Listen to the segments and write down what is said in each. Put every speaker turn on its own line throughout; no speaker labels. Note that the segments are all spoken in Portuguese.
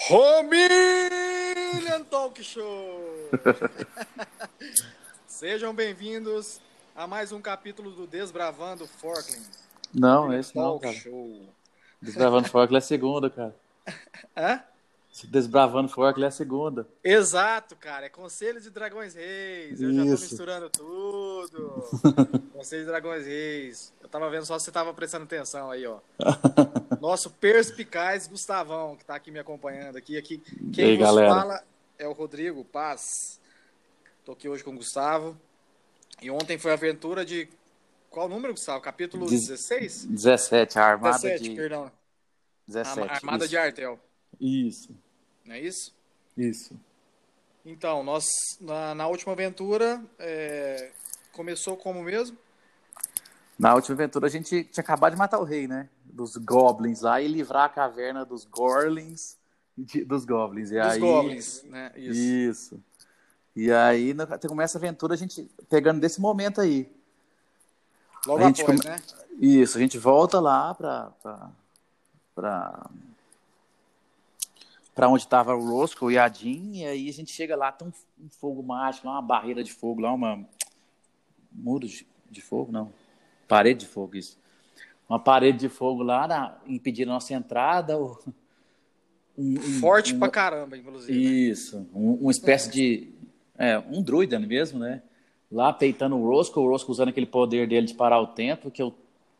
Romillion Talk Show! Sejam bem-vindos a mais um capítulo do Desbravando Forkland.
Não, esse não,
Talk
cara.
Show.
Desbravando Forkland é a segunda, cara.
Hã?
Desbravando Forkland é a segunda.
Exato, cara. É Conselho de Dragões Reis. Eu já tô
Isso.
misturando tudo. Conselho de Dragões Reis. Eu tava vendo só se você tava prestando atenção aí, ó. Nosso perspicaz Gustavão, que tá aqui me acompanhando aqui.
E
Quem
aí,
vos
galera?
fala é o Rodrigo Paz. Tô aqui hoje com o Gustavo. E ontem foi a aventura de... Qual número, Gustavo? Capítulo 16?
17, a armada
17,
de...
perdão. A
17,
Armada
isso.
de Artel.
Isso,
Não é isso?
isso.
Então, nós, na última aventura, começou como mesmo?
Na última aventura a gente tinha acabado de matar o rei, né? Dos Goblins lá e livrar a caverna dos Gorlins dos Goblins. E
Dos
aí...
Goblins, né?
Isso. E aí começa a aventura a gente pegando desse momento aí.
Logo
A gente
após, né?
Isso, a gente volta lá para onde estava o Roscoe e a Jean, e aí a gente chega lá, tem um fogo mágico, lá uma barreira de fogo, lá muro de fogo, não, parede de fogo, isso. Uma parede de fogo lá, impedindo a nossa entrada.
Forte pra caramba, inclusive, né?
Isso, uma espécie de... um druida mesmo, né? Lá peitando o Roscoe usando aquele poder dele de parar o tempo, que eu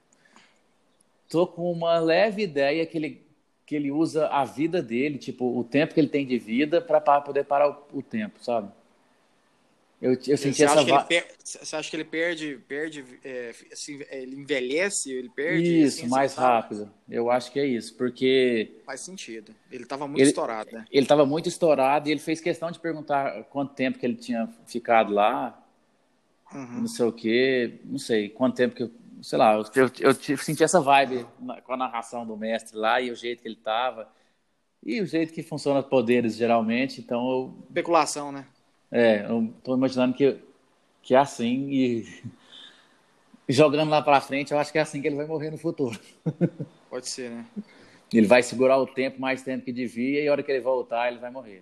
tô com uma leve ideia que ele usa a vida dele, tipo, o tempo que ele tem de vida para poder parar o tempo, sabe? Eu senti essa...
Você acha que ele perde assim, ele envelhece, ele perde
Isso,
essência
mais
vital?
rápido. Eu acho que é isso, porque
Faz sentido. Ele tava muito
ele
estourado, né?
ele estava muito estourado e ele fez questão de perguntar quanto tempo que ele tinha ficado lá,
Uhum.
não sei o quê, não sei quanto tempo que sei lá, eu senti essa vibe com a narração do mestre lá e o jeito que ele tava. E o jeito que funciona os poderes, geralmente, então
Especulação, né?
eu tô imaginando que é assim e jogando lá pra frente, eu acho que é assim que ele vai morrer no futuro.
Pode ser, né?
Ele vai segurar o tempo, mais tempo que devia, e a hora que ele voltar, ele vai morrer.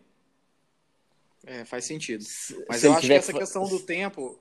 Faz sentido. Mas
Se
eu
ele
acho que
tiver
essa questão do tempo,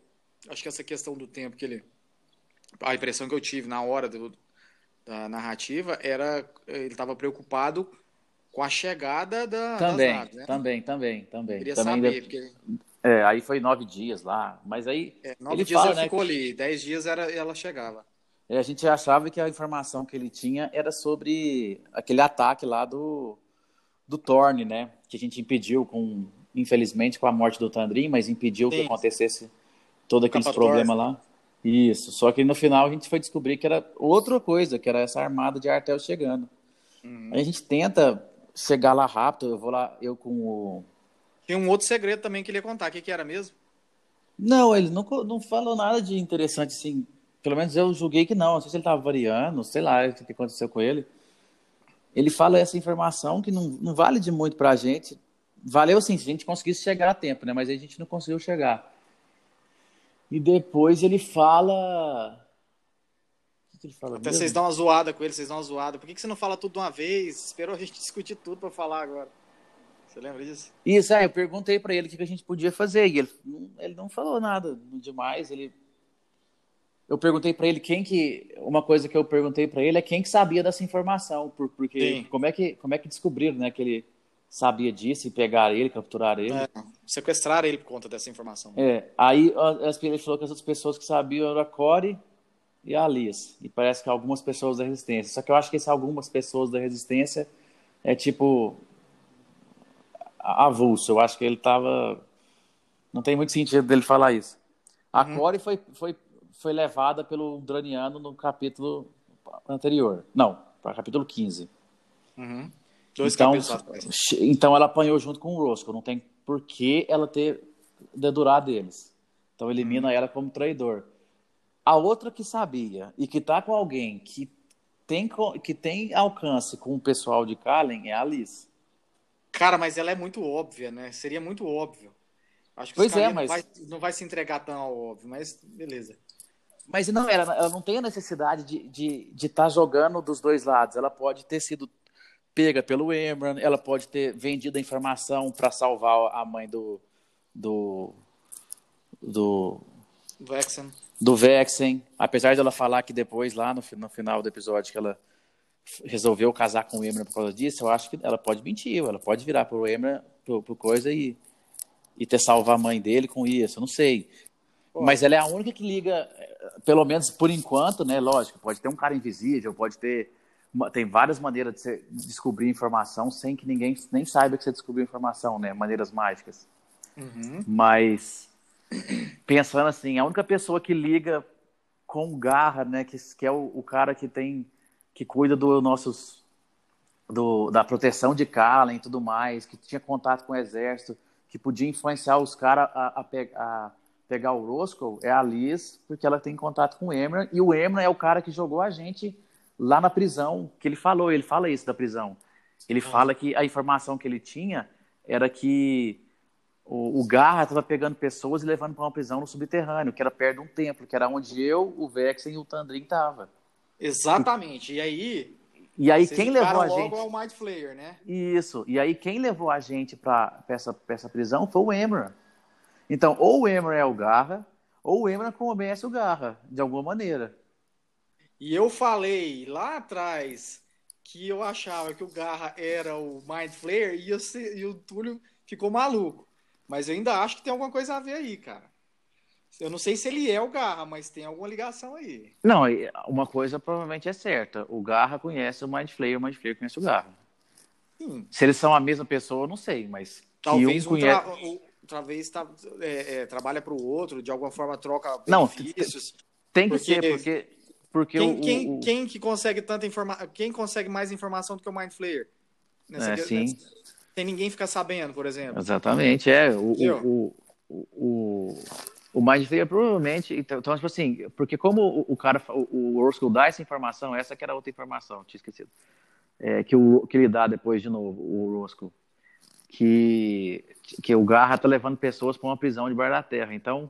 que ele... A impressão que eu tive na hora da narrativa era ele estava preocupado com a chegada das
Também,
naves, né?
também.
Queria
Também
saber, porque
aí foi 9 dias lá, mas aí
9 dias
fala,
ele
né?
ficou ali, 10 dias ela chegava.
A gente achava que a informação que ele tinha era sobre aquele ataque lá do Thorne, né? Que a gente impediu infelizmente, com a morte do Tandrin, mas impediu que
Sim,
acontecesse todos
o
aqueles
Capator.
problemas lá. Isso. Só que no final a gente foi descobrir que era outra coisa, que era essa armada de Artel chegando. Aí a gente tenta chegar lá rápido. Eu vou lá, eu com o...
Tinha um outro segredo também que ele ia contar. O que era mesmo?
Não, ele não falou nada de interessante, assim. Pelo menos eu julguei que não. Não sei se ele estava variando, sei lá o que aconteceu com ele. Ele fala essa informação que não vale de muito pra gente. Valeu sim, se a gente conseguisse chegar a tempo, né? Mas a gente não conseguiu chegar. E depois ele fala... O que ele fala
Até vocês
mesmo?
dão uma zoada com ele, vocês dão uma zoada. Por que você não fala tudo de uma vez? Esperou a gente discutir tudo pra falar agora. Você lembra disso?
Isso, eu perguntei pra ele o que a gente podia fazer. E ele não falou nada demais. Eu perguntei pra ele uma coisa que eu perguntei pra ele é quem que sabia dessa informação. Porque
Sim.
como é que descobriram, né, que ele sabia disso e pegaram ele, capturaram ele.
Sequestraram ele por conta dessa informação.
Aí ele falou que as outras pessoas que sabiam eram a Corey e a Alice. E parece que algumas pessoas da Resistência. Só que eu acho que essas algumas pessoas da Resistência é tipo avulso. Eu acho que ele tava... Não tem muito sentido dele falar isso. A Corey foi levada pelo Draniano no capítulo anterior. Não, para capítulo 15.
Dois capítulos atrás.
Então ela apanhou junto com o Roscoe. Não tem por que ela ter dedurado eles. Então elimina ela como traidor. A outra que sabia e que tá com alguém que tem alcance com o pessoal de Kallen é a Alice.
Cara, mas ela é muito óbvia, né? Seria muito óbvio. Acho que os
Pois é,
caras
mas...
não vai se entregar tão ao óbvio, mas beleza.
Mas não, ela não tem a necessidade de estar jogando dos dois lados. Ela pode ter sido pega pelo Emran, ela pode ter vendido a informação para salvar a mãe do, do,
Vexen.
do Vexen, apesar dela falar que depois, lá no final do episódio, que ela resolveu casar com o Emran por causa disso, eu acho que ela pode mentir, ela pode virar pro Emran, pro coisa e ter salvo a mãe dele com isso, eu não sei. Mas ela é a única que liga, pelo menos por enquanto, né? Lógico, pode ter um cara invisível, pode ter... Tem várias maneiras de você descobrir informação sem que ninguém nem saiba que você descobriu informação, né? Maneiras mágicas.
Uhum.
Mas, pensando assim, a única pessoa que liga com garra, né? Que é o cara que cuida da proteção de Kallen e tudo mais, que tinha contato com o exército, que podia influenciar os caras a pegar o Roscoe, é a Liz, porque ela tem contato com o Emran, e o Emran é o cara que jogou a gente lá na prisão, que ele fala isso da prisão. Ele fala que a informação que ele tinha era que o Garra estava pegando pessoas e levando para uma prisão no subterrâneo, que era perto de um templo, que era onde o Vexen e o Tandrin estavam.
Exatamente. E
aí quem levou a gente...
logo ao Mind Flayer, né?
Isso. E aí quem levou a gente para essa prisão foi o Emran. Então, ou o Emran é o Garra, ou o Emran conhece o Garra, de alguma maneira.
E eu falei lá atrás que eu achava que o Garra era o Mind Flayer e o Túlio ficou maluco. Mas eu ainda acho que tem alguma coisa a ver aí, cara. Eu não sei se ele é o Garra, mas tem alguma ligação aí.
Não, uma coisa provavelmente é certa. O Garra conhece o Mind Flayer conhece o Garra.
Sim.
Se eles são a mesma pessoa, eu não sei, mas
talvez
que um conhece...
talvez trabalha para o outro, de alguma forma troca
Não,
benefícios.
tem que ser, porque
quem que consegue tanta informação, quem consegue mais informação do que o Mind Flayer?
Sim.
Sem ninguém ficar sabendo, por exemplo.
Exatamente, o Mind Flayer provavelmente, então, tipo assim, porque como o cara, o Roscoe dá essa informação, essa que era outra informação, tinha esquecido, que ele dá depois de novo, o Roscoe, que o Garra tá levando pessoas para uma prisão debaixo da terra, então,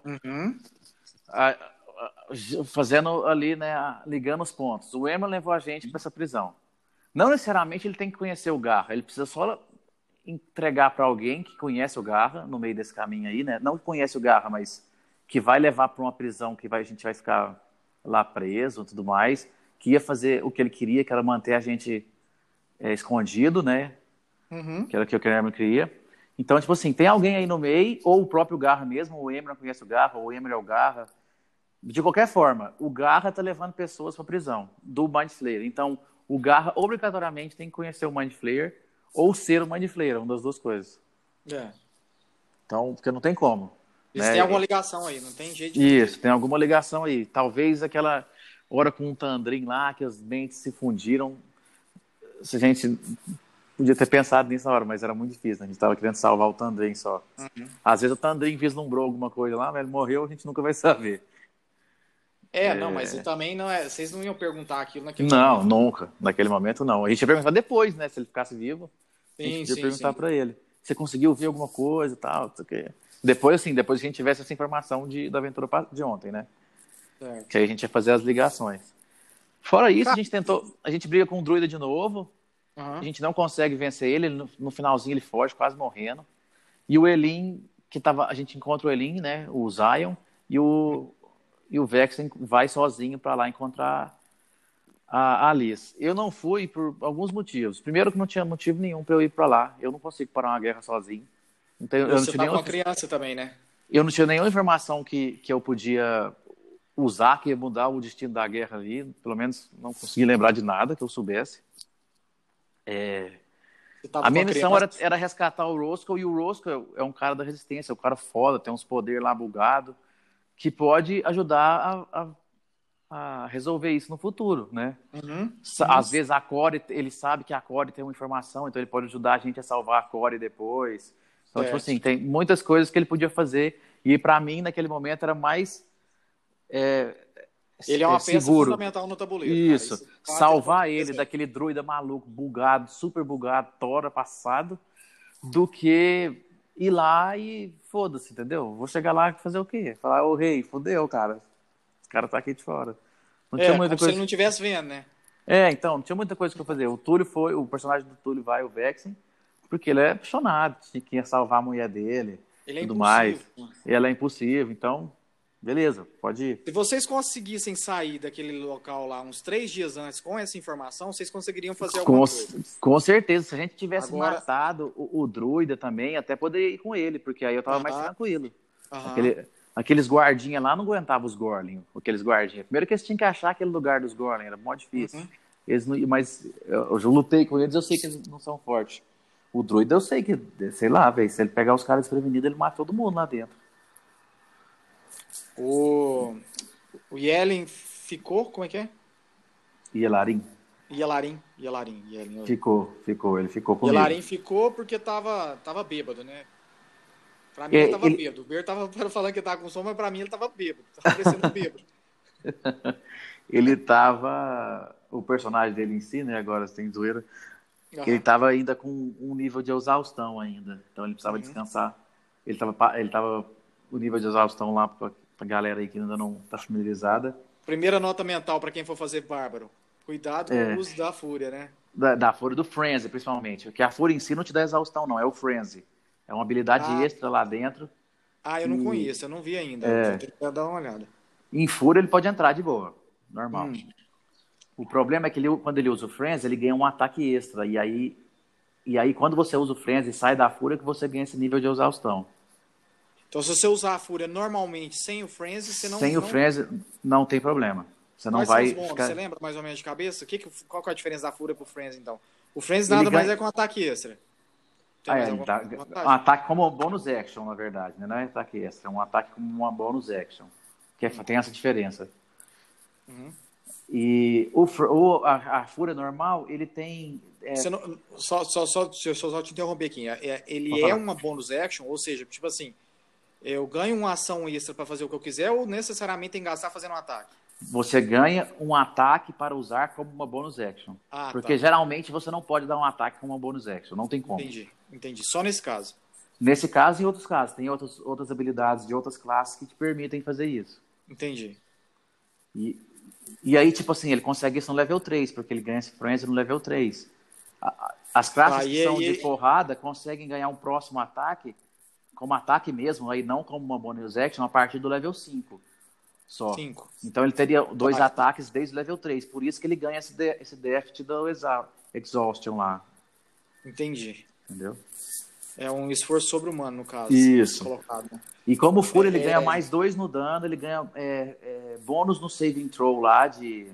fazendo ali, né, ligando os pontos, o Emma levou a gente para essa prisão, não necessariamente ele tem que conhecer o Garra, ele precisa só entregar para alguém que conhece o Garra no meio desse caminho aí, né, não que conhece o Garra, mas que vai levar para uma prisão que a gente vai ficar lá preso e tudo mais, que ia fazer o que ele queria, que era manter a gente escondido, né? Que era o que o Emran queria. Então, tipo assim, tem alguém aí no meio, ou o próprio Garra mesmo, o Emran conhece o Garra, ou o Emran é o Garra. De qualquer forma, o Garra tá levando pessoas para prisão do Mind Flayer. Então, o Garra obrigatoriamente tem que conhecer o Mind Flayer ou ser o Mind Flayer, uma das duas coisas. Então, porque não tem como.
Isso, né? Tem alguma ligação aí, não tem jeito de...
Isso, tem alguma ligação aí. Talvez aquela hora com o Tandrin lá, que as mentes se fundiram. Se a gente podia ter pensado nisso na hora, mas era muito difícil. Né? A gente estava querendo salvar o Tandrin só. Às vezes o Tandrin vislumbrou alguma coisa lá, mas ele morreu, a gente nunca vai saber.
Não, mas também não é. Vocês não iam perguntar aquilo naquele
momento? Não,
momento.
Nunca. Naquele momento, não. A gente ia perguntar depois, né? Se ele ficasse vivo, a gente ia perguntar para ele. Você conseguiu ver alguma coisa e tal? Depois, assim, depois que a gente tivesse essa informação da aventura de ontem, né? Que aí a gente ia fazer as ligações. Fora isso, a gente briga com o druida de novo, a gente não consegue vencer ele, no finalzinho ele foge, quase morrendo. E o Elin, a gente encontra o Elin, né? O Zion, e o Vexen vai sozinho para lá encontrar a Liz. Eu não fui por alguns motivos. Primeiro que não tinha motivo nenhum para eu ir para lá. Eu não consigo parar uma guerra sozinho. Então,
você tá com uma criança também, né?
Eu não tinha nenhuma informação que eu podia usar, que ia mudar o destino da guerra ali. Pelo menos não consegui lembrar de nada que eu soubesse. A minha missão era resgatar o Roscoe, e o Roscoe é um cara da resistência, é um cara foda, tem uns poderes lá bugados, que pode ajudar a resolver isso no futuro, né? Às vezes a Core, ele sabe que a Core tem uma informação, então ele pode ajudar a gente a salvar a Core depois. Então, tipo assim, tem muitas coisas que ele podia fazer, e para mim, naquele momento, era mais
ele é uma peça
seguro.
Fundamental no tabuleiro.
Isso. Salvar ele daquele druida maluco, bugado, super bugado, tora passado, do que ir lá e foda-se, entendeu? Vou chegar lá e fazer o quê? Falar, ô rei, fudeu, cara. Esse cara tá aqui de fora. Não tinha muita
como
coisa...
se ele não estivesse vendo, né?
Então, não tinha muita coisa que eu fazer. O personagem do Túlio vai, o Vexen, porque ele é apaixonado, tinha que salvar a mulher dele,
Ele é
tudo mais.
impulsivo.
E ela é impulsiva, então, beleza, pode ir.
Se vocês conseguissem sair daquele local lá uns 3 dias antes com essa informação, vocês conseguiriam fazer alguma
Com,
coisa.
com certeza, se a gente tivesse
Agora,
matado o druida também, até poderia ir com ele, porque aí eu tava mais
aham,
tranquilo.
aham,
Aqueles guardinhas lá não aguentavam os Gorlin, aqueles guardinhas. Primeiro que eles tinham que achar aquele lugar dos Gorlin, era mó difícil.
uhum.
Eles não, mas eu já lutei com eles, eu sei que eles não são fortes. O druida eu sei que, sei lá, velho, se ele pegar os caras desprevenidos, ele mata todo mundo lá dentro.
O, o Yellen ficou, como é que é?
E Elarim?
Yelarin. Yelin.
Ele ficou comigo.
Yelarin ficou porque tava bêbado, né? Pra mim ele tava bêbado. O Ber tava falando que tava com sono, mas pra mim ele tava bêbado. Tava parecendo bêbado.
Ele tava. O personagem dele em si, né? Agora sem zoeira. Ele
Aham.
tava ainda com um nível de exaustão ainda. Então ele precisava descansar. Ele tava o nível de exaustão lá pra galera aí que ainda não tá familiarizada.
Primeira nota mental pra quem for fazer Bárbaro. Cuidado com o uso da fúria, né?
Da fúria do Frenzy, principalmente. Porque a fúria em si não te dá exaustão, não. É o Frenzy. É uma habilidade
Ah,
extra lá dentro.
eu não conheço, eu não vi ainda. Eu vou ter que dar uma olhada.
Em fúria ele pode entrar de boa. Normal.
Hum.
O problema é que quando ele usa o Frenzy, ele ganha um ataque extra. E aí quando você usa o Frenzy e sai da fúria, que você ganha esse nível de exaustão.
Então, se você usar a fúria normalmente sem o Frenzy, você não.
Sem o Frenzy, não tem problema. Você não
Quais são
vai
os bônus?
ficar...
Você lembra mais ou menos de cabeça? Qual que é a diferença da fúria pro Frenzy, então? O Frenzy
Ele
nada mais
ganha...
é com ataque extra. Tem mais
ele
alguma
dá um
vantagem?
ataque como bonus action, na verdade. Né? Não é ataque extra, é um ataque como uma bonus action. Tem essa diferença.
Uhum.
E a fúria normal, ele tem...
Você não, deixa eu só te interromper aqui. Ele é uma bonus action, ou seja, tipo assim, eu ganho uma ação extra para fazer o que eu quiser ou necessariamente tem que gastar fazendo um ataque?
Você ganha um ataque para usar como uma bonus action. Porque
Tá.
geralmente você não pode dar um ataque como uma bonus action. Não tem como.
Entendi. Só nesse caso.
Nesse caso e em outros casos. Tem outras habilidades de outras classes que te permitem fazer isso.
Entendi.
E aí, tipo assim, ele consegue isso no level 3, porque ele ganha esse frenzy no level 3. As classes que são de porrada conseguem ganhar um próximo ataque, como ataque mesmo, aí não como uma bonus action, a partir do level 5. Só.
5.
Então ele teria 2 ataques desde o level 3. Por isso que ele ganha esse déficit do Exhaustion lá.
Entendi.
Entendeu?
É um esforço sobre-humano, no caso.
Isso.
Colocado, né?
E como Fúria, ele ganha mais 2 no dano, ele ganha bônus no saving throw lá de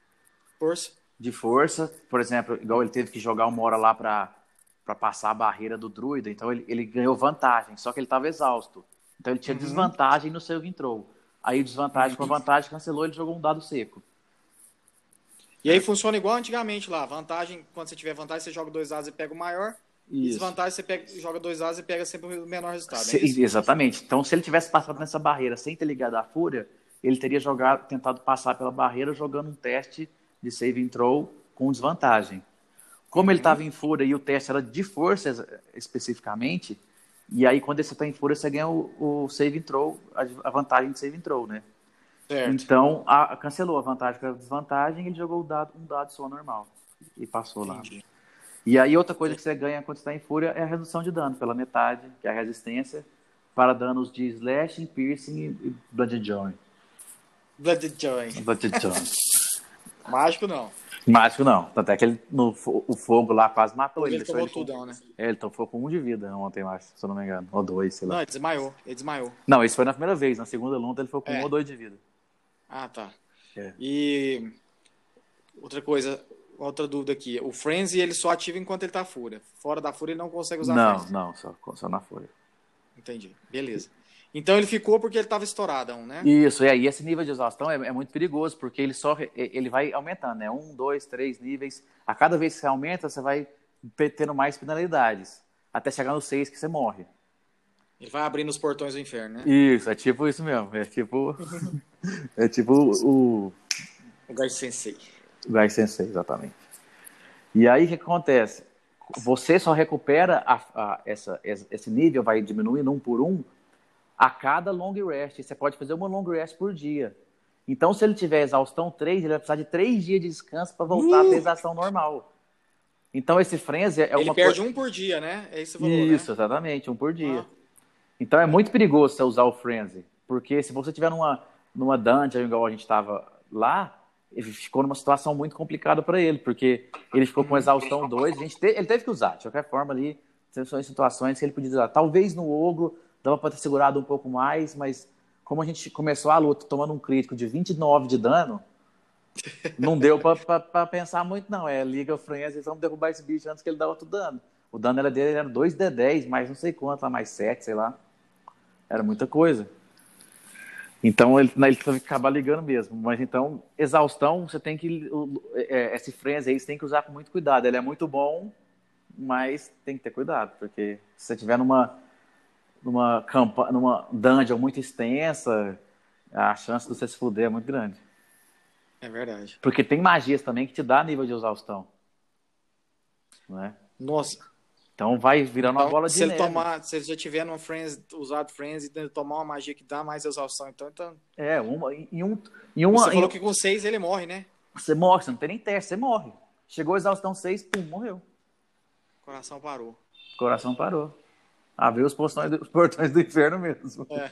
força. Por exemplo, igual ele teve que jogar uma hora lá pra passar a barreira do druida, então ele ganhou vantagem, só que ele estava exausto. Então ele tinha desvantagem no saving throw. Aí desvantagem com a vantagem cancelou, ele jogou um dado seco.
E aí funciona igual antigamente lá. Vantagem, quando você tiver vantagem, você joga 2 dados e pega o maior. Isso. E desvantagem, você joga 2 dados e pega sempre o menor resultado.
Exatamente. Então, se ele tivesse passado nessa barreira sem ter ligado a fúria, ele teria tentado passar pela barreira jogando um teste de saving throw com desvantagem. Como ele estava em fúria e o teste era de força especificamente, e aí quando você está em fúria, você ganha o saving throw, a vantagem de saving throw, né?
Certo.
Então, cancelou a vantagem para a desvantagem e ele jogou um dado só normal. E passou lá. E aí outra coisa que você ganha quando você está em fúria é a redução de dano pela metade, que é a resistência, para danos de slashing, piercing e blood joy.
Blood joy. Mágico não.
Mágico não. Tanto é que o fogo lá quase matou ele.
Ele tomou tudão, né?
Ele ficou com 1 de vida ontem, eu acho, se eu não me engano. Ou 2, sei lá.
Não, ele desmaiou.
Não, isso foi na primeira vez. Na segunda luta ele ficou com 1 ou 2 de vida.
Ah, tá. E outra dúvida aqui. O Frenzy ele só ativa enquanto ele tá fúria. Fora da fúria ele não consegue usar Frenzy.
Não, só na fúria.
Entendi. Beleza. Então ele ficou porque ele estava estouradão, né?
Isso, e aí esse nível de exaustão é muito perigoso, porque ele vai aumentando, né? 1, 2, 3 níveis. A cada vez que você aumenta, você vai tendo mais penalidades. Até chegar no 6 que você morre.
Ele vai abrindo os portões do inferno, né?
Isso, é tipo isso mesmo. É tipo o
Gai Sensei.
O Gai Sensei, exatamente. E aí o que acontece? Você só recupera esse nível, vai diminuindo 1 por 1 a cada long rest. Você pode fazer uma long rest por dia. Então, se ele tiver exaustão 3, ele vai precisar de 3 dias de descanso para voltar a ter exaustão normal. Então, esse frenzy é
Ele
uma
perde
coisa...
um por dia, né? É isso que você falou, né?
Isso, exatamente, um por dia.
Ah,
Então, é muito perigoso você usar o frenzy, porque se você estiver numa dungeon, igual a gente estava lá, ele ficou numa situação muito complicada para ele, porque ele ficou com exaustão 2, ele teve que usar, de qualquer forma ali, são situações que ele podia usar. Talvez no ogro dava para ter segurado um pouco mais, mas como a gente começou a luta tomando um crítico de 29 de dano, não deu para pensar muito, não. Liga o Frenzy, vamos derrubar esse bicho antes que ele dá outro dano. O dano dele era 2d10, mais não sei quanto, lá, mais 7, sei lá. Era muita coisa. Então ele teve que acabar ligando mesmo. Mas então, exaustão, você tem que. Esse Frenzy aí você tem que usar com muito cuidado. Ele é muito bom, mas tem que ter cuidado, porque se você estiver numa dungeon muito extensa, a chance de você se fuder é muito grande.
é verdade.
Porque tem magias também que te dá nível de exaustão. Né?
Nossa.
Então vai virando uma
Então,
bola de neve.
se ele já tiver usado Frenzy e tomar uma magia que dá mais exaustão, então. Você falou que com 6 ele morre, né?
Você morre, você não tem nem teste, você morre. Chegou a exaustão 6, pum, morreu.
Coração parou.
Coração parou. Abriu os portões do inferno mesmo.
É.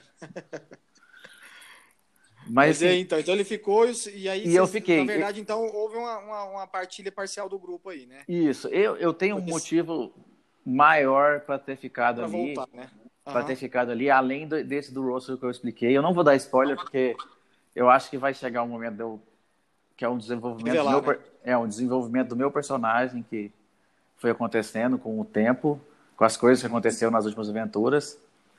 Mas assim,
então ele ficou e aí
eu fiquei.
Na verdade, então houve uma partilha parcial do grupo aí, né?
Isso. Eu tenho um motivo maior para ter ficado
pra
ali.
Voltar, né?
Para ter ficado ali, além desse do Russell que eu expliquei. Eu não vou dar spoiler, porque eu acho que vai chegar um momento que é um desenvolvimento um desenvolvimento do meu personagem que foi acontecendo com o tempo, com as coisas que aconteceram nas últimas aventuras.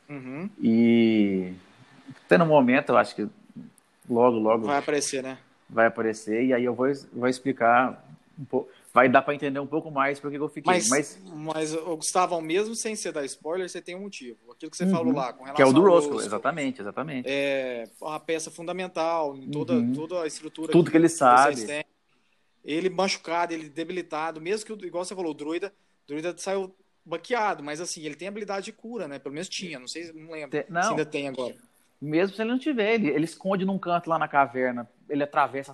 E tendo um momento, eu acho que logo
vai aparecer, né?
Vai aparecer, e aí eu vou explicar um pouco. Vai dar para entender um pouco mais porque eu fiquei.
Mas Gustavo, mesmo sem ser dar spoiler, você tem um motivo. Aquilo que você falou lá, com relação
que é o do Roscoe, exatamente.
É uma peça fundamental em toda a estrutura
tudo que ele sabe.
Vocês têm. Ele machucado, ele debilitado, mesmo que, igual você falou, o druida saiu baqueado, mas assim, ele tem habilidade de cura, né? Pelo menos tinha, não sei, não lembro se ainda tem agora.
Mesmo se ele não tiver, ele esconde num canto lá na caverna, ele atravessa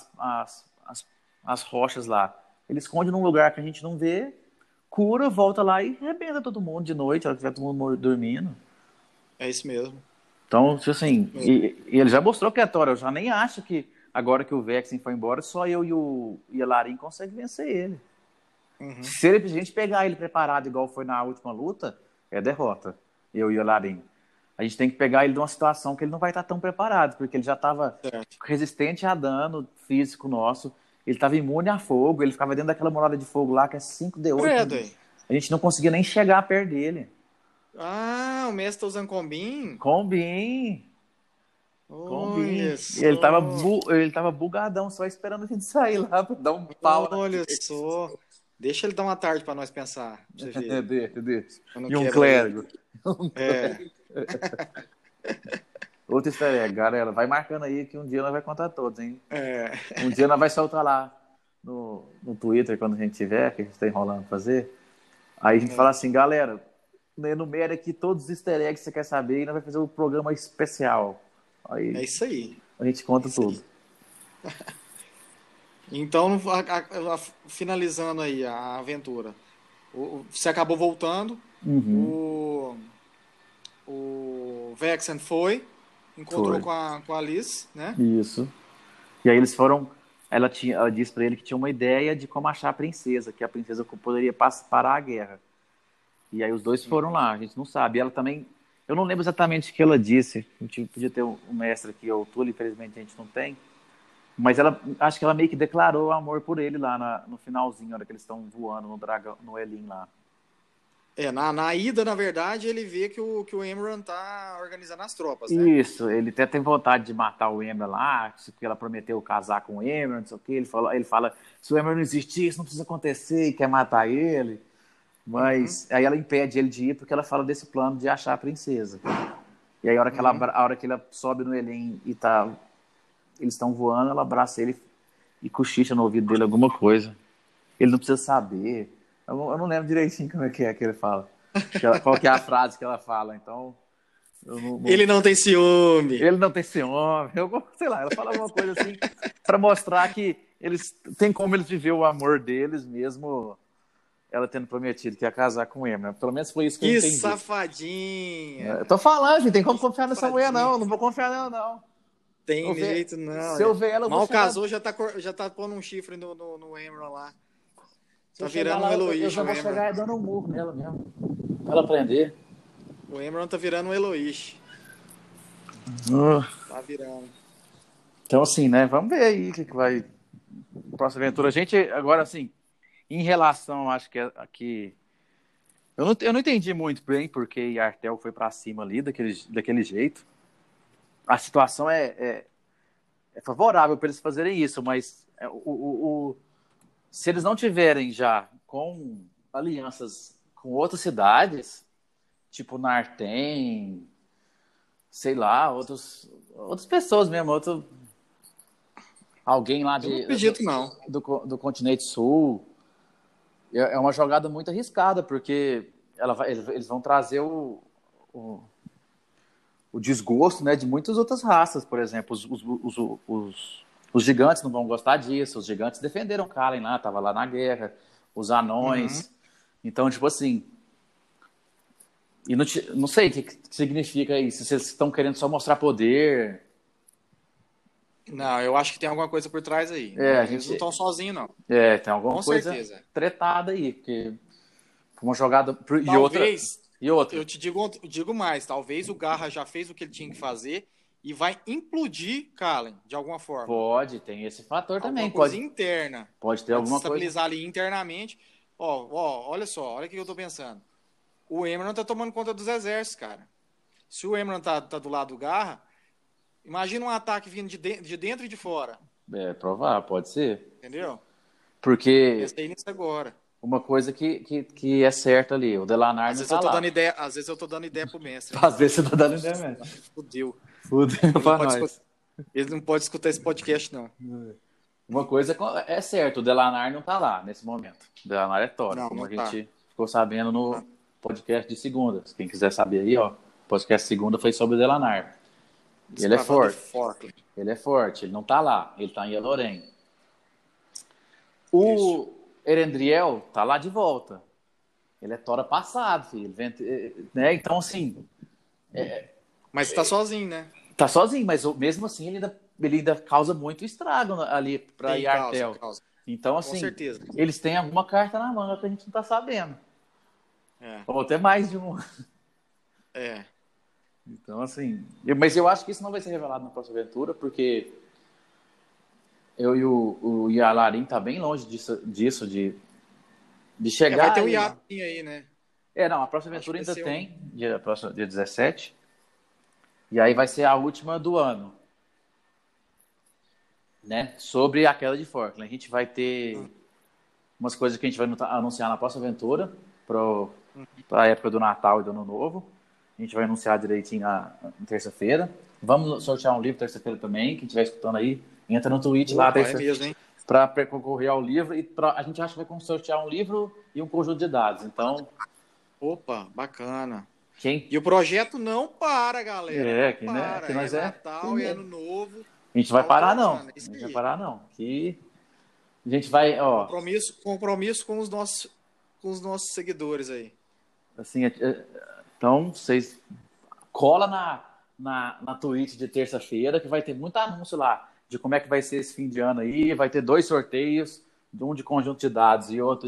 as rochas lá. Ele esconde num lugar que a gente não vê, cura, volta lá e arrebenta todo mundo de noite, a hora que tiver todo mundo dormindo.
É isso mesmo.
Então, assim, e ele já mostrou que é Thor. Eu já nem acho que, agora que o Vexen foi embora, só eu e a Larim conseguem vencer ele. Se a gente pegar ele preparado igual foi na última luta, é derrota. Eu e a Larim. A gente tem que pegar ele de uma situação que ele não vai estar tão preparado, porque ele já estava resistente a dano físico nosso, ele estava imune a fogo, ele ficava dentro daquela morada de fogo lá, que é 5d8. A gente não conseguia nem chegar perto dele.
Ah, o mestre tá usando Combin?
Combin. Ele tava bugadão, só esperando a gente sair lá pra dar um pau.
Olha só. Deixa ele dar uma tarde pra nós pensar. Pra você ver.
Deixa. E um clérigo. Outro easter egg, galera. Vai marcando aí que um dia nós vai contar todos, hein? Um dia nós vai soltar lá no Twitter, quando a gente tiver, que a gente tá enrolando pra fazer. Aí a gente fala assim, galera, enumera aqui todos os easter eggs que você quer saber e nós vai fazer um programa especial. Aí,
é isso aí.
A gente conta tudo.
Então, finalizando aí a aventura, você acabou voltando, o Vexen encontrou com a Liz, né?
Isso. E aí eles foram, ela disse pra ele que tinha uma ideia de como achar a princesa, que a princesa poderia parar a guerra. E aí os dois foram lá, a gente não sabe. E ela também, eu não lembro exatamente o que ela disse, a gente podia ter um mestre aqui, o Túlio, infelizmente a gente não tem. Mas acho que ela meio que declarou amor por ele lá no finalzinho, na hora que eles estão voando no dragão, no Elin lá.
Na ida, na verdade, ele vê que o Emran tá organizando as tropas, né?
Isso, ele até tem vontade de matar o Emran lá, porque ela prometeu casar com o Emran, não sei o que. Ele fala, se o Emran não existir, isso não precisa acontecer, e quer matar ele. Mas aí ela impede ele de ir, porque ela fala desse plano de achar a princesa. E aí a hora que ela sobe no Elin e eles estão voando, ela abraça ele e cochicha no ouvido dele alguma coisa. Ele não precisa saber. Eu não lembro direitinho como é que ele fala. Qual que é a frase que ela fala. Então,
Ele não tem ciúme.
Ele não tem ciúme. Sei lá, ela fala alguma coisa assim para mostrar que eles tem como eles viver o amor deles mesmo ela tendo prometido que ia casar com ele, né? Pelo menos foi isso que eu
Que
entendi.
safadinha.
Eu tô falando, gente, tem como
Que
confiar nessa mulher,
safadinha.
não vou confiar nela, não.
Tem jeito não.
Se eu ver ela, eu vou
Mal
chegar.
casou, já tá pondo um chifre no Emron lá.
Se eu
Tá
chegar
virando um
lá, eu
Eloís,
já
o
vou
Emron.
chegar dando um murro nela mesmo. Pra ela aprender.
O Emron tá virando um Eloís. Tá virando.
Então, assim, né? Vamos ver aí o que vai. Próxima aventura. A gente, agora, assim, em relação, acho que eu não entendi muito bem porque Artel foi pra cima ali daquele jeito. A situação é favorável para eles fazerem isso, mas se eles não tiverem já com alianças com outras cidades, tipo Nartem, sei lá, outras pessoas mesmo, alguém lá
Eu não acredito, não.
do continente sul, é uma jogada muito arriscada, porque eles vão trazer o, o desgosto, né, de muitas outras raças, por exemplo, os gigantes não vão gostar disso, os gigantes defenderam Kalen lá, tava lá na guerra, os
Uhum.
anões, então, tipo assim, e não sei o que significa isso, se vocês estão querendo só mostrar poder,
Não, eu acho que tem alguma coisa por trás aí.
a
Eles não
gente,
estão sozinhos, não.
tem alguma
Com
coisa
certeza.
tretada aí, porque foi uma jogada,
Talvez,
e outra,
eu te digo mais, talvez o Garra já fez o que ele tinha que fazer e vai implodir Kallen, de alguma forma.
tem esse fator
Alguma
também,
coisa interna.
pode ter
Para
alguma coisa,
desestabilizar ali internamente. Ó, olha só, olha o que eu tô pensando. O Emerald tá tomando conta dos exércitos, cara. Se o Emerald tá do lado do Garra, imagina um ataque vindo de dentro e de fora.
provável, pode ser,
Entendeu?
porque
Pensei nisso agora.
uma coisa que é certa ali, o Delanar
Às
não
vezes eu
tá
tô
lá.
dando ideia, às vezes eu tô dando ideia pro mestre, hein?
Às vezes você tá dando ideia mesmo.
Fudeu.
Fudeu
Ele não
pra
pode escutar,
nós.
ele não pode escutar esse podcast, não.
Uma coisa é certa, o Delanar não tá lá nesse momento. O Delanar é Tora,
Não,
como
não
a
tá.
gente ficou sabendo no
Tá.
podcast de segunda. Quem quiser saber aí, ó, o podcast de segunda foi sobre o Delanar. Ele é
Desbravando de
forte,
Forkland.
ele não tá lá, ele tá em Eloren.
Isso.
O Erendriel tá lá de volta. Ele é Tora passado, filho. Né? Então, assim,
Mas tá sozinho, né?
tá sozinho, mas mesmo assim ele ainda causa muito estrago ali para
Sim, causa,
Yartel.
causa.
Então,
Com
assim,
certeza.
eles têm alguma carta na manga que a gente não tá sabendo.
É,
Ou até mais de um.
é.
Então, assim. Mas eu acho que isso não vai ser revelado na próxima aventura, porque eu e o Yalarin tá bem longe disso de
Vai
chegar
ter um
aí lá.
hiatinho aí, né?
Não, a próxima
Acho que
aventura
vai
ainda
ser um.
tem, dia 17. E aí vai ser a última do ano, né? Sobre a queda de Forkland. A gente vai ter umas coisas que a gente vai anunciar na próxima aventura para a época do Natal e do Ano Novo. A gente vai anunciar direitinho na terça-feira. Vamos sortear um livro terça-feira também. Quem estiver escutando aí, entra no Twitch lá
Opa, é mesmo, hein?
para concorrer ao livro. E a gente acha que vai sortear um livro e um conjunto de dados. Então,
Opa, bacana.
quem.
E o projeto não para, galera. Não
Que, né,
para.
que
É
nós é
Natal, é Ano
primeiro.
Novo.
A gente vai
Pau
parar, não.
torrando. É
A
isso
gente vai
aí.
parar, não. Que a gente vai, ó.
Compromisso com os nossos seguidores aí.
Assim, então, vocês cola na Twitch de terça-feira, que vai ter muito anúncio lá de como é que vai ser esse fim de ano aí. Vai ter 2 sorteios, um de conjunto de dados e outro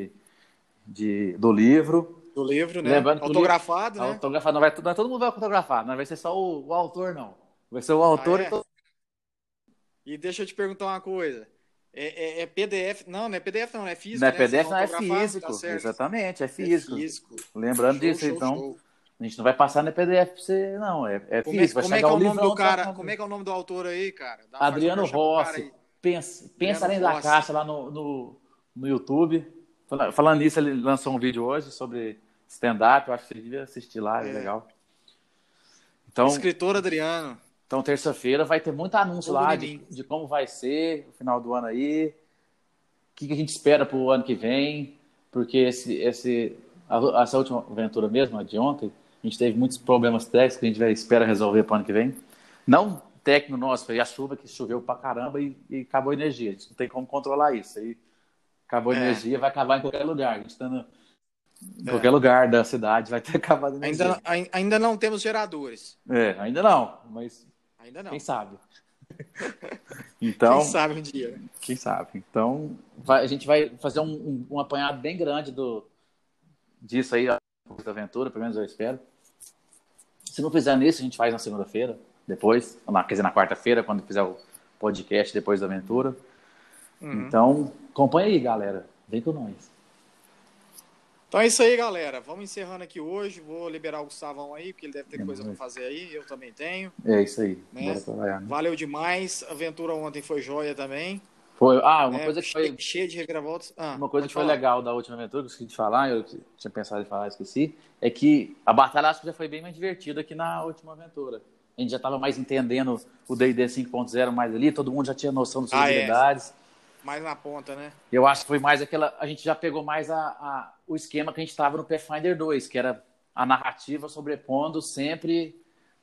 do livro.
Do livro, né?
Lembrando que o livro
Autografado, né?
autografado não é todo mundo vai autografar, não vai ser só o autor, não. Vai ser o
Ah,
autor e
é?
todo.
E deixa eu te perguntar uma coisa. É PDF? Não é PDF não, é
Não
físico,
é
né? Vocês
PDF,
vão
não é
autografar? Tá
físico.
certo.
Exatamente, é
É
físico.
físico.
Lembrando
Show,
disso,
show,
então,
show.
a gente não vai passar no PDF pra você, não. É
Como é,
físico. Vai
como é que
chegar
é
o
o nome do
livrão, você vai
cara?
fazer.
Como é que é o nome do autor aí, cara? Faz um
Adriano
merchan pro cara
Rossi,
aí.
pensa
Adriano
além da
Rossi.
caixa lá no YouTube. Falando nisso, ele lançou um vídeo hoje sobre stand-up. Eu acho que você devia assistir lá, é
É.
legal. Então,
Escritor Adriano.
então terça-feira vai ter muito anúncio
Fogo
lá
em
de,
mim.
de como vai ser o final do ano aí, o que a gente espera pro ano que vem, porque essa última aventura mesmo, a de ontem, A gente teve muitos problemas técnicos que a gente espera resolver para o ano que vem. Não técnico nosso, foi a chuva que choveu pra caramba e acabou a energia. A gente não tem como controlar isso. Aí acabou a
É,
energia, vai acabar em qualquer lugar. A gente está em qualquer
é.
lugar da cidade, vai ter acabado a energia.
Ainda não temos geradores.
Ainda não, mas
Ainda
quem
não.
sabe?
Quem
Então,
sabe um dia, né?
quem sabe? Então, a gente vai fazer um apanhado bem grande disso aí, da aventura, pelo menos eu espero. Se não fizer nisso, a gente faz na segunda-feira, depois, quer dizer, na quarta-feira, quando fizer o podcast depois da aventura.
Uhum.
Então, acompanha aí, galera. Vem com nós.
Então é isso aí, galera. Vamos encerrando aqui hoje. Vou liberar o Gustavão aí, porque ele deve ter
É
coisa para
nóis.
fazer aí. Eu também tenho,
É isso aí.
né?
Bora trabalhar, né?
Valeu demais. A aventura ontem foi joia também,
Foi, uma
né?
coisa que foi,
Cheia de reviravoltas.
uma coisa que
Pode
foi
falar.
legal da última aventura, que eu esqueci de falar, eu tinha pensado em falar, esqueci, é que a batalha acho que já foi bem mais divertida que na última aventura. A gente já estava mais entendendo o D&D 5.0 mais ali, todo mundo já tinha noção das suas
É.
habilidades.
Mais na ponta, né?
Eu acho que foi mais aquela. A gente já pegou mais o esquema que a gente estava no Pathfinder 2, que era a narrativa sobrepondo sempre.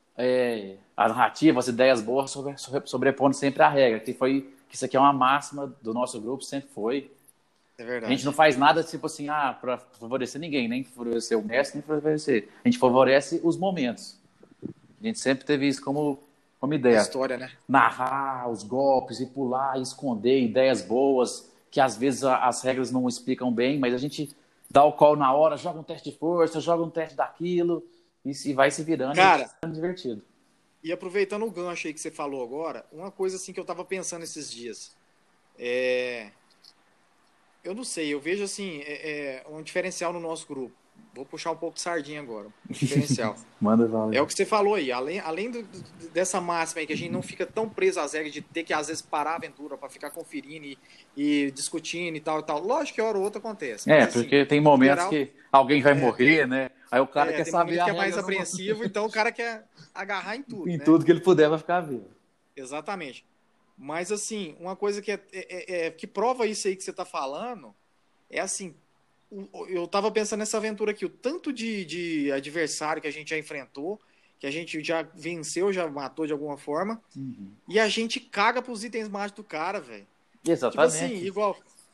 A narrativa, as ideias boas sobrepondo sempre a regra, que isso aqui é uma máxima do nosso grupo, sempre foi.
É
A gente não
verdade.
faz nada tipo assim, para favorecer ninguém, nem favorecer o mestre, nem favorecer. A gente favorece os momentos. A gente sempre teve isso como
A
ideia.
história, né?
Narrar os golpes e pular e esconder ideias boas, que às vezes as regras não explicam bem, mas a gente dá o call na hora, joga um teste de força, joga um teste daquilo, e se vai se virando e
Cara,
sendo divertido.
e aproveitando o gancho aí que você falou agora, uma coisa assim que eu tava pensando esses dias. É... Eu não sei, eu vejo assim, um diferencial no nosso grupo. Vou puxar um pouco de sardinha agora. Um diferencial.
Manda,
É o
Valeu.
que você falou aí. Além dessa máxima aí, que a gente não fica tão preso às regras de ter que, às vezes, parar a aventura para ficar conferindo e discutindo e tal e tal. Lógico que hora ou outra acontece. Mas, assim,
Porque tem
em
momentos
geral,
que alguém vai morrer, né? Aí o cara quer
tem
saber
momento
a
que é mais
regra
apreensivo, então o cara quer agarrar em tudo,
em
né?
tudo que ele puder vai ficar vivo.
Exatamente. Mas, assim, uma coisa que prova isso aí que você tá falando é assim. Eu tava pensando nessa aventura aqui, o tanto de adversário que a gente já enfrentou, que a gente já venceu, já matou de alguma forma,
Uhum.
e a gente caga pros itens mágicos do cara, velho. Tipo assim,
Exatamente.
igual.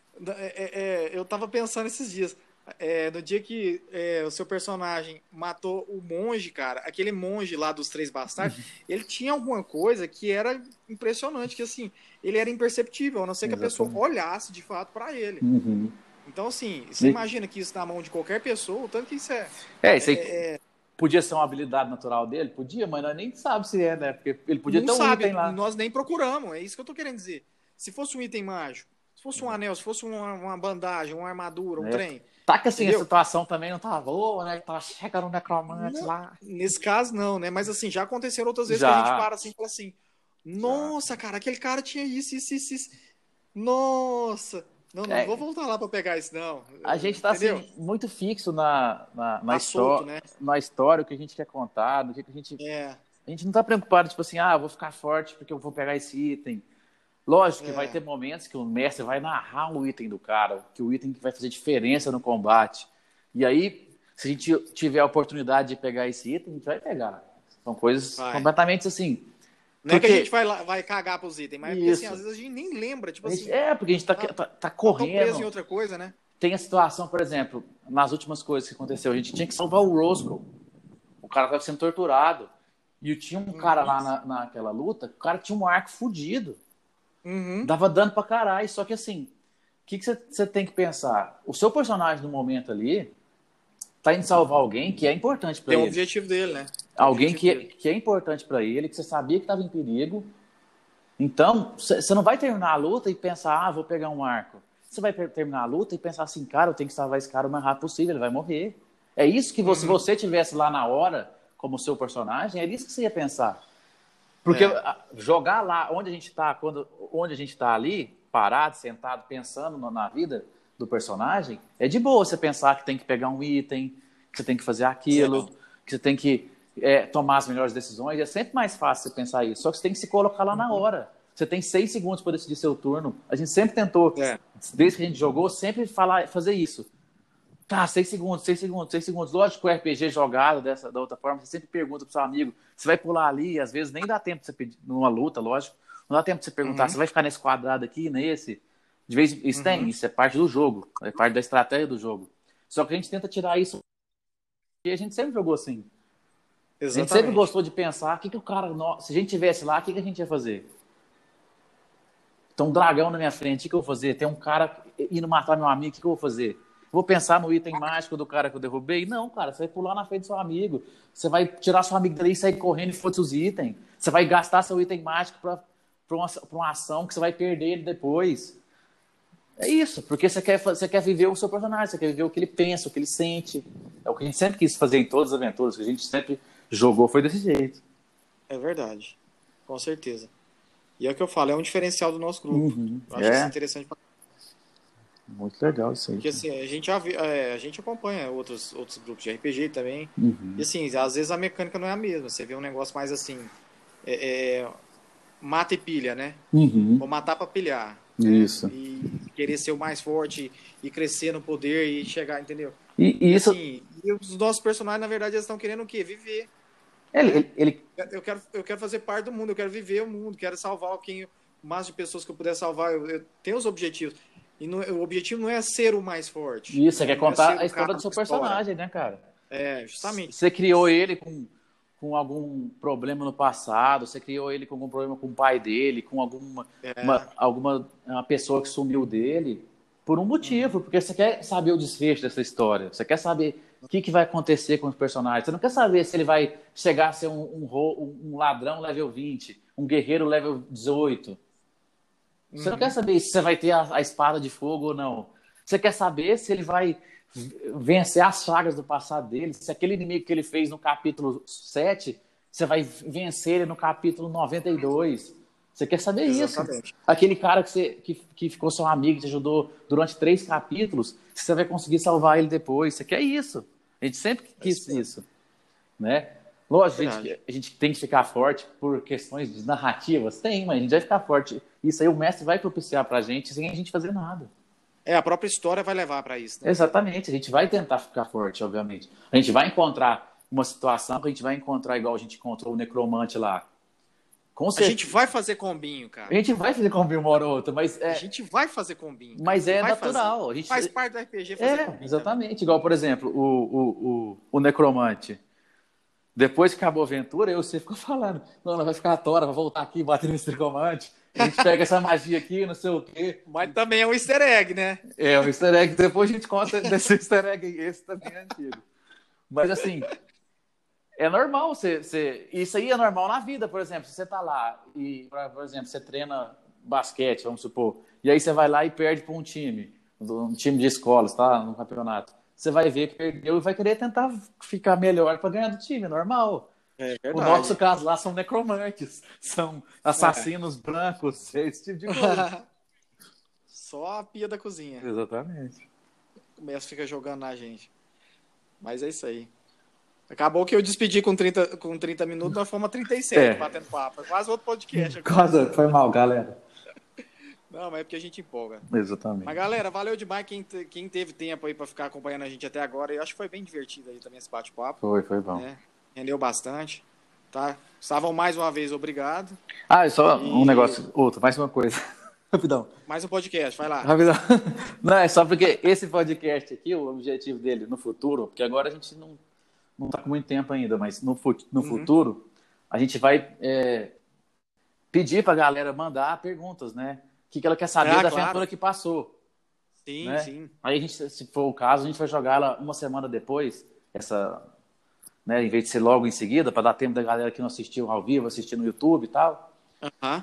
Eu tava pensando esses dias. No dia que o seu personagem matou o monge, cara, aquele monge lá dos Três Bastardos, ele tinha alguma coisa que era impressionante, que assim, ele era imperceptível, a não ser que a pessoa
Exatamente.
olhasse de fato pra ele.
Uhum.
Então, assim, você
E-
imagina que isso na mão de qualquer pessoa, o tanto que isso
Isso aí podia ser uma habilidade natural dele? Podia, mas nós nem sabe se é, né? Porque ele podia
não
ter um
sabe,
item lá.
nós nem procuramos, é isso que eu tô querendo dizer. Se fosse um item mágico, se fosse um anel, se fosse uma bandagem, uma armadura, um
Né?
trem,
Tá que assim, a
entendeu?
situação também não tava boa, né? Tava chegando um necromante
Não,
lá.
nesse caso não, né? Mas assim, já aconteceram outras vezes que a gente
Já,
para assim e fala assim,
já.
nossa, cara, aquele cara tinha isso. Nossa. Não, não vou
É,
voltar lá pra pegar isso, não.
a gente tá
Entendeu?
assim, muito fixo na
Tá solto,
história,
né?
na história, o que a gente quer contar, do que a gente.
É,
A gente não tá preocupado, tipo assim, eu vou ficar forte porque eu vou pegar esse item. Lógico que vai
é.
ter momentos que o mestre vai narrar o item do cara, que o item que vai fazer diferença no combate. E aí, se a gente tiver a oportunidade de pegar esse item, a gente vai pegar. São coisas
Vai.
completamente assim.
Não é que a gente
Porque,
vai cagar pros itens, mas é porque assim, às
isso.
vezes a gente nem lembra, tipo assim,
Porque a gente tá,
tá,
tá, tá
tá tão preso em
correndo.
outra coisa, né?
Tem a situação, por exemplo, nas últimas coisas que aconteceu, a gente tinha que salvar o Roscoe. O cara estava sendo torturado. E tinha um cara
Uhum.
lá naquela luta, o cara tinha um arco fudido.
Uhum.
Dava dano pra caralho. Só que assim, o que você tem que pensar? O seu personagem no momento ali tá indo salvar alguém que é importante pra
Tem o
ele.
objetivo dele, né? Tem o
Alguém
objetivo dele.
que é importante pra ele, que você sabia que tava em perigo. Então, você não vai terminar a luta e pensar, vou pegar um arco. Você vai terminar a luta e pensar assim, cara, eu tenho que salvar esse cara o mais rápido possível, ele vai morrer. É isso que se
Uhum.
você tivesse lá na hora, como seu personagem, é isso que você ia pensar. Porque
É.
jogar lá onde a gente está, onde a gente está ali, parado, sentado, pensando na vida do personagem, é de boa você pensar que tem que pegar um item, que você tem que fazer aquilo, que você tem que tomar as melhores decisões. É sempre mais fácil você pensar isso. Só que você tem que se colocar lá na
Uhum.
hora. Você tem 6 segundos para decidir seu turno. A gente sempre tentou,
É.
desde que a gente jogou, sempre fazer isso. Tá, 6 segundos, 6 segundos, 6 segundos. Lógico que o RPG jogado da outra forma, você sempre pergunta pro seu amigo, você vai pular ali, às vezes nem dá tempo de você pedir, numa luta, lógico, não dá tempo de você perguntar,
Uhum,
você vai ficar nesse quadrado aqui, nesse? De vez isso tem,
uhum,
isso é parte do jogo, é parte da estratégia do jogo. Só que a gente tenta tirar isso, e a gente sempre jogou assim. A gente sempre
exatamente.
gostou de pensar, o que que o cara, se a gente tivesse lá, o que que a gente ia fazer? Tem um dragão na minha frente, o que eu vou fazer? Tem um cara indo matar meu amigo, o que eu vou fazer? Vou pensar no item mágico do cara que eu derrubei? Não, cara, você vai pular na frente do seu amigo. Você vai tirar seu amigo dali e sair correndo e foda-se os itens. Você vai gastar seu item mágico pra uma ação que você vai perder ele depois. É isso, porque você quer viver o seu personagem, você quer viver o que ele pensa, o que ele sente. É o que a gente sempre quis fazer em todas as aventuras, que a gente sempre jogou, foi desse jeito.
É verdade. Com certeza. E é o que eu falo, é um diferencial do nosso grupo.
Uhum.
Eu acho isso
É,
interessante.
muito legal isso aí.
Porque assim, a gente acompanha outros grupos de RPG também. E
Uhum.
assim, às vezes a mecânica não é a mesma. Você vê um negócio mais assim, é, é, mata e pilha, né?
Uhum.
Ou matar pra pilhar, né?
Isso.
E querer ser o mais forte e crescer no poder e chegar, entendeu?
E
E
isso,
assim, e os nossos personagens, na verdade, eles estão querendo o quê? Viver,
ele,
né?
ele, ele-
Eu quero fazer parte do mundo, eu quero viver o mundo, quero salvar o máximo de pessoas que eu puder salvar. Eu tenho os objetivos. E o objetivo não é ser o mais forte,
isso, você
né?
quer
Não é ser
contar a
o cara
história do
da
seu
história.
personagem, né, cara?
É, justamente.
Você criou ele com algum problema no passado, você criou ele com algum problema com o pai dele, com
É,
uma pessoa que sumiu dele, por um
uhum,
motivo, porque você quer saber o desfecho dessa história, você quer saber o que vai acontecer com os personagens, você não quer saber se ele vai chegar a ser um ladrão level 20, um guerreiro level 18. Você não quer
uhum,
saber se você vai ter a espada de fogo ou não. Você quer saber se ele vai vencer as chagas do passado dele, se aquele inimigo que ele fez no capítulo 7, você vai vencer ele no capítulo 92. Você quer saber isso.
exatamente.
Aquele cara que ficou seu amigo, que te ajudou durante 3 capítulos, você vai conseguir salvar ele depois. Você quer isso. A gente sempre
É isso
quis
mesmo,
isso, né? Lógico,
verdade.
a gente tem que ficar forte por questões de narrativas. Tem, mas a gente vai ficar forte. Isso aí o mestre vai propiciar pra gente sem a gente fazer nada.
É, a própria história vai levar para isso, né?
Exatamente, a gente vai tentar ficar forte, obviamente. A gente vai encontrar uma situação que a gente vai encontrar igual a gente encontrou o necromante lá. Com
A gente
certeza.
vai fazer combinho,
A
cara.
gente vai fazer com uma hora ou outra,
A gente vai fazer combinho, cara.
mas é
Vai fazer.
natural. A
Faz
gente,
parte do RPG fazer combinho também.
exatamente. Igual, por exemplo, o necromante. Depois que acabou a aventura, eu você ficou falando, não, ela vai ficar à tora, vai voltar aqui, bater nesse necromante. A gente pega essa magia aqui, não sei o quê.
Mas também é um easter egg, né?
É, o easter egg, depois a gente conta desse easter egg, esse também é antigo. Mas assim, é normal isso aí é normal na vida, por exemplo, se você tá lá e, por exemplo, você treina basquete, vamos supor, e aí você vai lá e perde para um time de escolas, tá? No campeonato. Você vai ver que perdeu e vai querer tentar ficar melhor para ganhar do time, é normal.
É
O nosso
verdade.
caso lá são necromantes, são
É.
assassinos brancos, esse tipo de coisa.
Só a pia da cozinha.
Exatamente.
O mestre fica jogando na gente. Mas é isso aí. Acabou que eu despedi com 30 minutos, nós fomos a 37,
É,
batendo papo. É quase outro podcast agora.
quase foi mal, galera.
Não, mas é porque a gente empolga. Mas,
Exatamente.
galera, valeu demais quem teve tempo aí pra ficar acompanhando a gente até agora. Eu acho que foi bem divertido aí também esse bate-papo,
Foi bom.
né? Rendeu bastante, tá? Estavam mais uma vez, obrigado.
Ah, e só um
E
negócio, outro, mais uma coisa. Rapidão.
mais um podcast, vai lá.
Rapidão. Não, é só porque esse podcast aqui, o objetivo dele no futuro, porque agora a gente não tá com muito tempo ainda, mas no
Uhum.
futuro, a gente vai pedir pra galera mandar perguntas, né? O que ela quer saber
Ah,
da
claro.
aventura que passou.
Sim,
Né?
sim.
Aí a gente, se for o caso, a gente vai jogar ela uma semana depois, né, em vez de ser logo em seguida, para dar tempo da galera que não assistiu ao vivo, assistir no YouTube e tal.
Aham.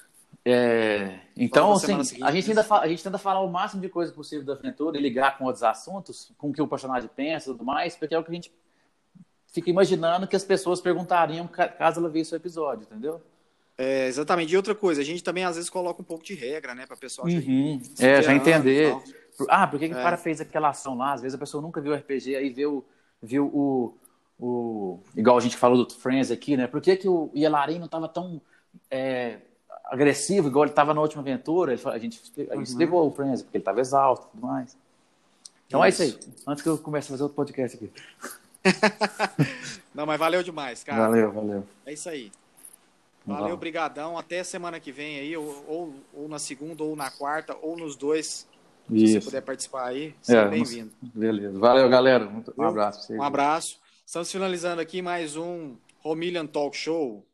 Só
Então,
na semana
assim,
seguinte.
a gente tenta falar o máximo de coisa possível da aventura e ligar com outros assuntos, com o que o personagem pensa e tudo mais, porque é o que a gente fica imaginando que as pessoas perguntariam caso ela visse o episódio, entendeu?
É, exatamente. E outra coisa, a gente também às vezes coloca um pouco de regra, né? Pra pessoa já ir
Uhum.
se
É, já
inteirando e tal.
entender. Ah, por que que o cara
É.
fez aquela ação lá? Às vezes a pessoa nunca viu o RPG, aí viu igual a gente falou do Friends aqui, né? Por que que o Yelarin não estava tão é, agressivo igual ele estava na última aventura? A gente
Uhum.
explicou o Friends, porque ele estava exausto e tudo mais. Então é isso aí. Antes que eu comece a fazer outro podcast aqui.
Não, mas valeu demais, cara.
Valeu.
É isso aí. Valeu, brigadão. Até semana que vem aí, ou na segunda, ou na quarta, ou nos dois. Se você puder participar aí, seja bem-vindo.
Beleza. Valeu, galera. Um abraço pra vocês.
Um abraço. Estamos finalizando aqui mais um Romillion Talk Show.